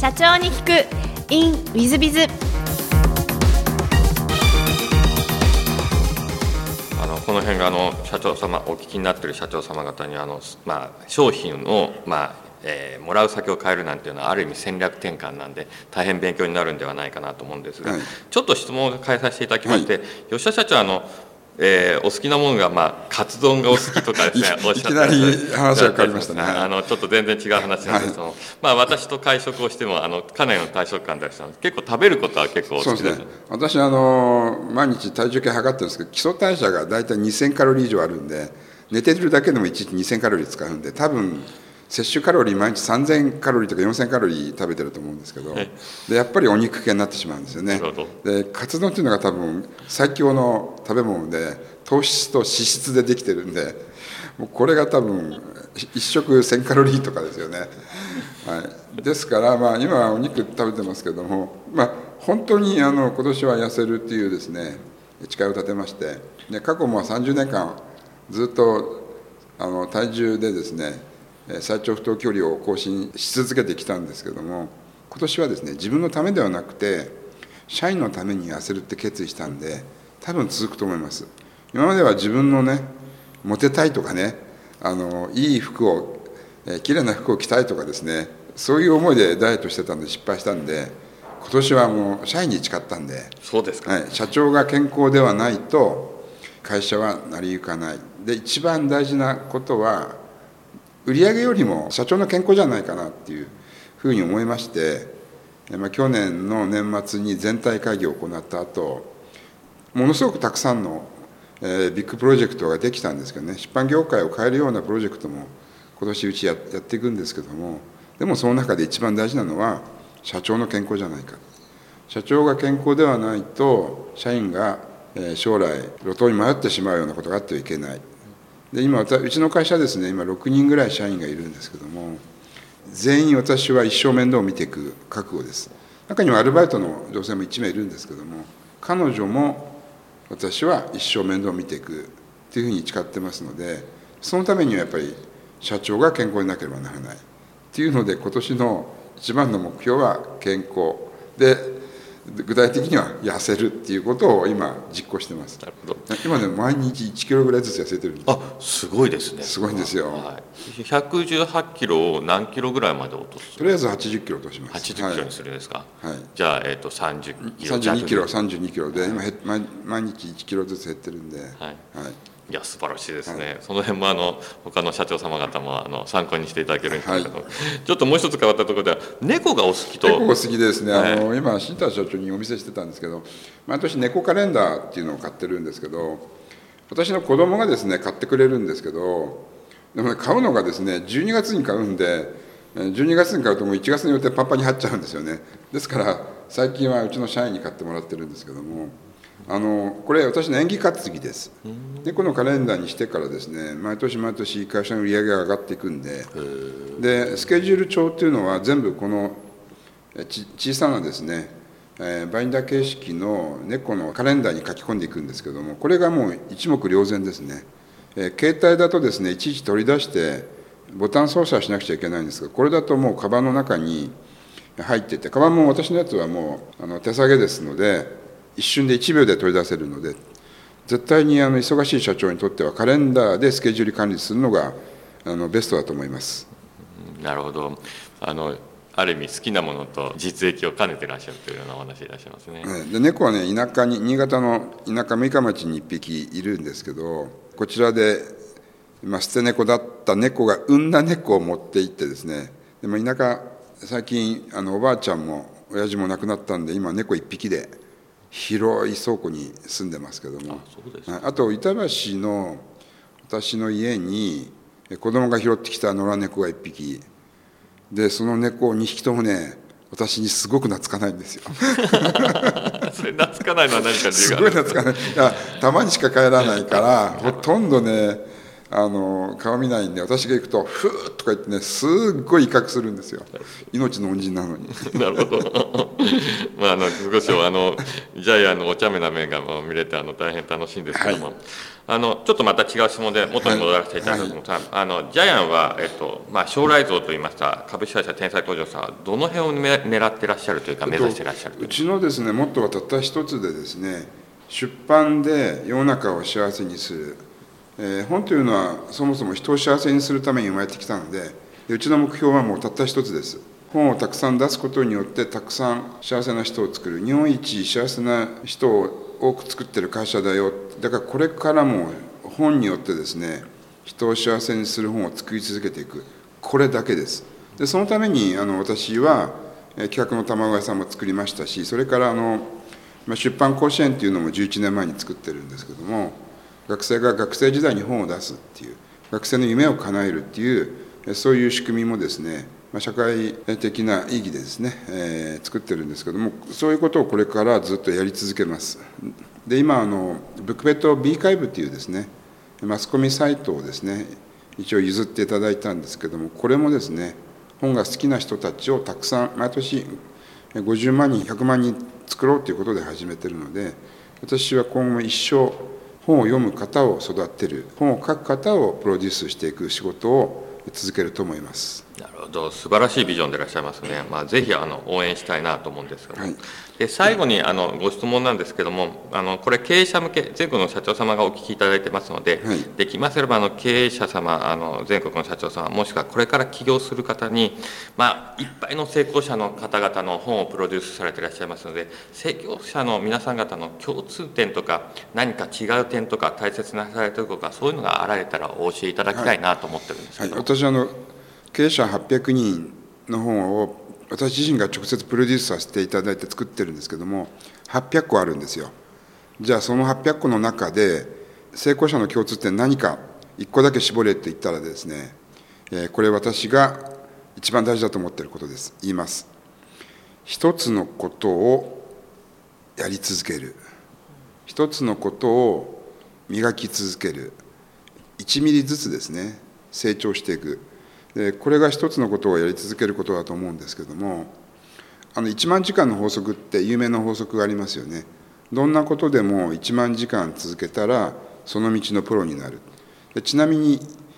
社長に聞く in ウィズビズ。 この辺が社長様お聞きになっている社長様方に商品をもらう先を変えるなんていうのはある意味戦略転換なんで大変勉強になるんではないかなと思うんですが、ちょっと質問を変えさせていただきまして、吉田社長お好きなものがカツ丼がお好きとかですねおっしゃっていきなり話が変わりましたね。 ちょっと全然違う話なんですけど、私と会食をしてもかなりの大食感でしたので結構食べることは結構お好きです。 そうですね。私毎日体重計測ってるんですけど、基礎代謝がだいたい2000カロリー以上あるんで、寝てるだけでも1日2000カロリー使うんで、多分摂取カロリー毎日3000カロリーとか4000カロリー食べてると思うんですけど、でやっぱりお肉系になってしまうんですよね。でカツ丼っていうのが多分最強の食べ物で糖質と脂質でできてるんで、もうこれが多分1食1000カロリーとかですよね。ですから今はお肉食べてますけども、本当に今年は痩せるっていうですね誓いを立てまして、で過去も30年間ずっと体重でですね最長不当距離を更新し続けてきたんですけども、今年はですね自分のためではなくて社員のために痩せるって決意したんで、多分続くと思います。今までは自分のねモテたいとかねいい服を綺麗な服を着たいとかですね、そういう思いでダイエットしてたんで失敗したんで、今年はもう社員に誓ったんで。 そうですか。 社長が健康ではないと会社は成り行かない。で一番大事なことは売上よりも社長の健康じゃないかなっていうふうに思いまして、去年の年末に全体会議を行った後、ものすごくたくさんのビッグプロジェクトができたんですけどね、出版業界を変えるようなプロジェクトも今年うちやっていくんですけども、でもその中で一番大事なのは社長の健康じゃないか。社長が健康ではないと社員が将来路頭に迷ってしまうようなことがあってはいけない。で今うちの会社ですね、今6人ぐらい社員がいるんですけども、全員私は一生面倒を見ていく覚悟です。中にはアルバイトの女性も1名いるんですけども、彼女も私は一生面倒を見ていくっていうふうに誓ってますので、そのためにはやっぱり社長が健康でなければならないっていうので、今年の一番の目標は健康で、具体的には痩せるっていうことを今実行してます。 なるほど。 今ね毎日1キロぐらいずつ痩せてるんです。 すごいですね。 すごいんですよ。 118キロを何キロぐらいまで落とす？ とりあえず80キロ落とします。 80キロにするんですか。 はい。 じゃあ30キロ 32キロで今毎日1キロずつ減ってるんで。 いや素晴らしいですね。その辺も他の社長様方も参考にしていただけるんですけど、ちょっともう一つ変わったところでは猫がお好きと。 猫が好きですね。今新田社長にお見せしてたんですけど、毎年猫カレンダーっていうのを買ってるんですけど、私の子供がですね買ってくれるんですけど、でもね買うのがですね12月に買うんで、12月に買うともう1月の予定パンパンに入っちゃうんですよね。ですから最近はうちの社員に買ってもらってるんですけども、これ私の縁起担ぎです。猫のカレンダーにしてからですね、毎年毎年会社の売り上げが上がっていくんで、でスケジュール帳っていうのは全部この小さなですねバインダー形式の猫のカレンダーに書き込んでいくんですけども、これがもう一目瞭然ですね。携帯だとですねいちいち取り出してボタン操作しなくちゃいけないんですが、これだともうカバンの中に入ってて、カバンも私のやつはもう手提げですので一瞬で1秒で取り出せるので、絶対に忙しい社長にとってはカレンダーでスケジュール管理するのがベストだと思います。 なるほど。ある意味好きなものと実益を兼ねてらっしゃるというようなお話でいらっしゃいますね。 で猫はね新潟の田舎六日町に1匹いるんですけど、こちらで捨て猫だった猫が産んだ猫を持って行ってですね、でも田舎最近おばあちゃんも親父も亡くなったんで、今猫1匹で広い倉庫に住んでますけども、あと板橋の私の家に子供が拾ってきた野良猫が1匹で、その猫を2匹ともね私にすごく懐かないんですよ。 それ懐かないのは何か理由があるんですか？ すごい懐かない。たまにしか帰らないからほとんどね顔見ないんで、私が行くとふーっとか言ってねすっごい威嚇するんですよ。命の恩人なのに。 なるほど。少しジャイアンのお茶目な面が見れて大変楽しいんですけども、 ちょっとまた違う質問で元に戻らせていただきますが、ジャイアンは、将来像といいますか、株式会社天才工場さんはどの辺を狙ってらっしゃるというか、目指してらっしゃるというか。 うちのですね、モットーはたった一つでですね、出版で世の中を幸せにする。本というのはそもそも人を幸せにするために生まれてきたので、うちの目標はもうたった一つです。本をたくさん出すことによってたくさん幸せな人を作る。日本一幸せな人を多く作ってる会社だよ。だからこれからも本によってですね、人を幸せにする本を作り続けていく。これだけです。でそのために私は企画の卵屋さんも作りましたし、それから出版甲子園っていうのも11年前に作ってるんですけども、学生が学生時代に本を出すっていう、学生の夢を叶えるっていう、そういう仕組みもですね、社会的な意義でですね、作ってるんですけども、そういうことをこれからずっとやり続けます。で今ブックペット B 会部っていうですね、マスコミサイトをですね一応譲っていただいたんですけども、これもですね、本が好きな人たちをたくさん毎年50万人100万人作ろうということで始めてるので、私は今後も一生本を読む方を育てる、本を書く方をプロデュースしていく仕事を続けると思います。 なるほど、素晴らしいビジョンでいらっしゃいますね。ぜひ応援したいなと思うんですけども、 はい、 で最後にご質問なんですけども、これ経営者向け、全国の社長様がお聞きいただいてますので、 はい、 できますれば経営者様、全国の社長様、もしくはこれから起業する方に、いっぱいの成功者の方々の本をプロデュースされていらっしゃいますので、成功者の皆さん方の共通点とか何か違う点とか大切なされていることか、そういうのがあられたらお教えいただきたいなと思ってるんですけど。 私経営者800人の本を私自身が直接プロデュースさせていただいて作ってるんですけども、800個あるんですよ。じゃあその800個の中で成功者の共通点何か1個だけ絞れって言ったらですね、これ私が一番大事だと思っていることです。言います。一つのことをやり続ける、一つのことを磨き続ける、1ミリずつですね、成長していく。でこれが一つのことをやり続けることだと思うんですけども、1万時間の法則って有名な法則がありますよね。どんなことでも1万時間続けたらその道のプロになる。でちなみに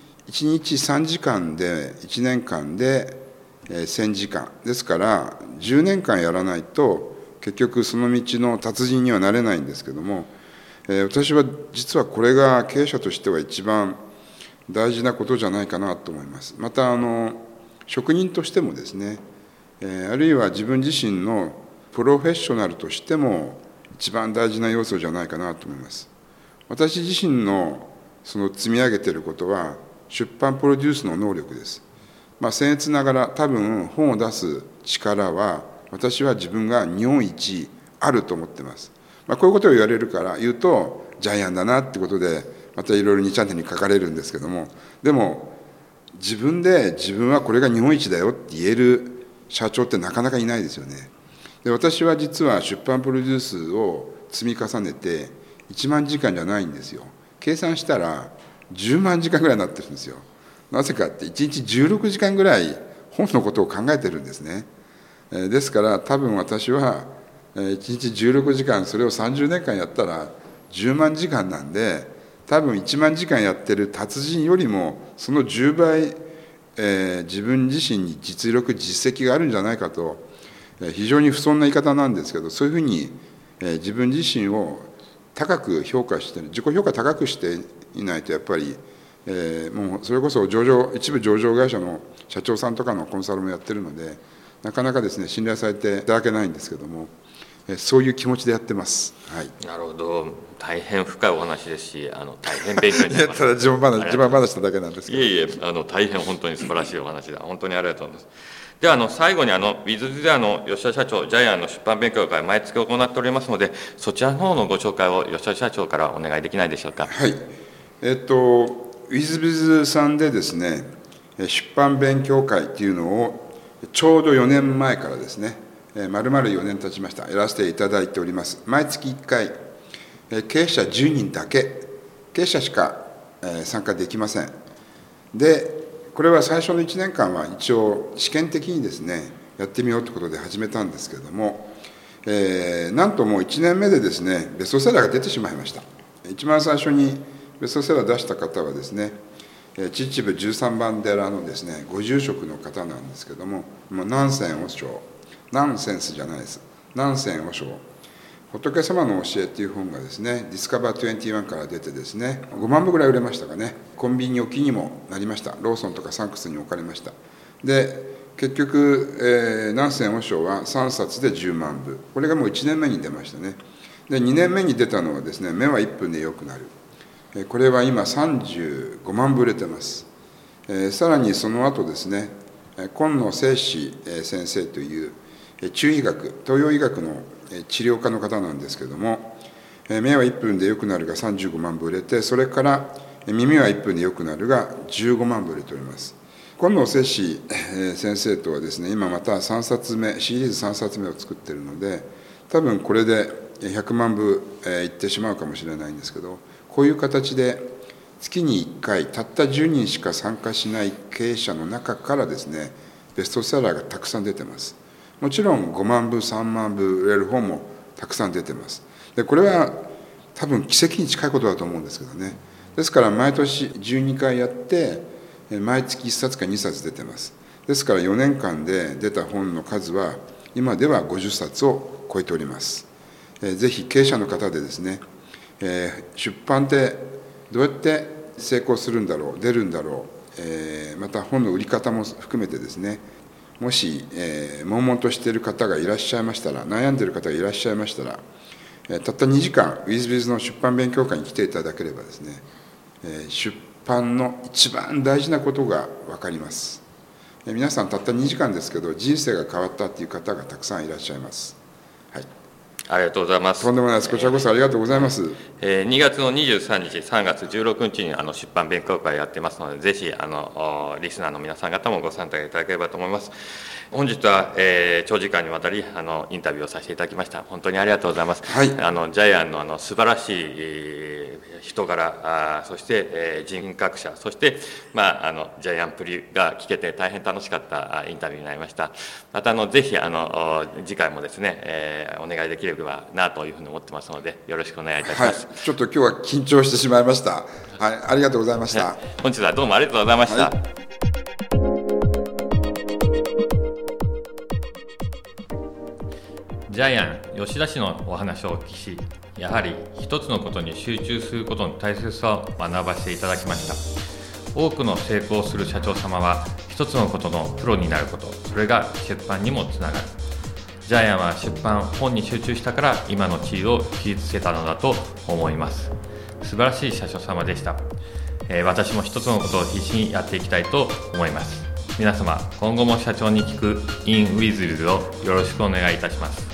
1日3時間で1年間で1000時間ですから、10年間やらないと結局その道の達人にはなれないんですけども、私は実はこれが経営者としては一番大事なことじゃないかなと思います。また職人としてもですね、あるいは自分自身のプロフェッショナルとしても一番大事な要素じゃないかなと思います。私自身の積み上げていることは出版プロデュースの能力です。僭越ながら多分本を出す力は私は自分が日本一あると思ってます。こういうことを言われるから言うとジャイアンだなってことでまたいろいろ2チャンネルに書かれるんですけども、でも自分で自分はこれが日本一だよって言える社長ってなかなかいないですよね。で私は実は出版プロデュースを積み重ねて1万時間じゃないんですよ。計算したら10万時間ぐらいになってるんですよ。なぜかって1日16時間ぐらい本のことを考えてるんですね。ですから多分私は1日16時間それを30年間やったら10万時間なんで、多分1万時間やってる達人よりもその10倍、自分自身に実力実績があるんじゃないかと、非常に不遜な言い方なんですけど、そういうふうに、自分自身を高く評価して、自己評価高くしていないとやっぱり、もうそれこそ一部上場会社の社長さんとかのコンサルもやってるので、なかなかですね信頼されていただけないんですけども、そういう気持ちでやってます。はい、 なるほど、大変深いお話ですし、大変勉強になります。 ただ自慢話しただけなんですけど。 いえ大変本当に素晴らしいお話だ。本当にありがとうございます。では最後にウィズで吉田社長、ジャイアンの出版勉強会毎月行っておりますので、そちらの方のご紹介を吉田社長からお願いできないでしょうか。 はい、ウィズビズさんでですね、出版勉強会っていうのをちょうど4年前からですね、丸々4年経ちました、やらせていただいております。毎月1回、経営者10人だけ、経営者しか参加できません。で、これは最初の1年間は一応試験的にですね、やってみようということで始めたんですけれども、なんともう1年目でですね、ベストセラーが出てしまいました。一番最初にベストセラー出した方はですね、秩父13番寺のですねご住職の方なんですけども、南泉和尚、ナンセンスじゃないです、南泉和尚、仏様の教えっていう本がですね、ディスカバー21から出てですね、5万部ぐらい売れましたかね。コンビニ置きにもなりました。ローソンとかサンクスに置かれました。で、結局、南泉和尚は3冊で10万部。これがもう1年目に出ましたね。で、2年目に出たのはですね、目は1分で良くなる。これは今35万部売れてます。さらにその後ですね、今野誠司先生という中医学、東洋医学の治療家の方なんですけども、目は1分で良くなるが35万部売れて、それから耳は1分で良くなるが15万部売れております。今野誠司先生とはですね、今また3冊目、シリーズ3冊目を作っているので、多分これで100万部いってしまうかもしれないんですけど、こういう形で月に1回たった10人しか参加しない経営者の中からですね、ベストセラーがたくさん出てます。もちろん5万部3万部売れる本もたくさん出てます。でこれは多分奇跡に近いことだと思うんですけどね。ですから毎年12回やって毎月1冊か2冊出てます。ですから4年間で出た本の数は今では50冊を超えております。ぜひ経営者の方でですね、出版ってどうやって成功するんだろう、出るんだろう、また本の売り方も含めてですね、もし、悶々としている方がいらっしゃいましたら、悩んでいる方がいらっしゃいましたら、たった2時間、WithBiz の出版勉強会に来ていただければですね、出版の一番大事なことが分かります。皆さんたった2時間ですけど、人生が変わったという方がたくさんいらっしゃいます。はい。 ありがとうございます。 とんでもないです。こちらこそありがとうございます。 2月の23日、3月16日に出版勉強会やってますので、ぜひリスナーの皆さん方もご参加いただければと思います。本日は、長時間にわたりインタビューをさせていただきました。本当にありがとうございます。 はい、 ジャイアンの素晴らしい人柄、そして、人格者、そして、ジャイアンプリが聞けて大変楽しかったインタビューになりました。またぜひ次回もですね、お願いできればなというふうに思ってますので、よろしくお願いいたします。 はい、ちょっと今日は緊張してしまいました。はい、ありがとうございました。 本日はどうもありがとうございました。はい、ジャイアン吉田氏のお話をお聞きし、やはり一つのことに集中することの大切さを学ばせていただきました。多くの成功する社長様は一つのことのプロになること、それが出版にもつながる。ジャイアンは出版、本に集中したから今の地位を築けたのだと思います。素晴らしい社長様でした。私も一つのことを必死にやっていきたいと思います。皆様、今後も社長に聞く in WithBiz をよろしくお願いいたします。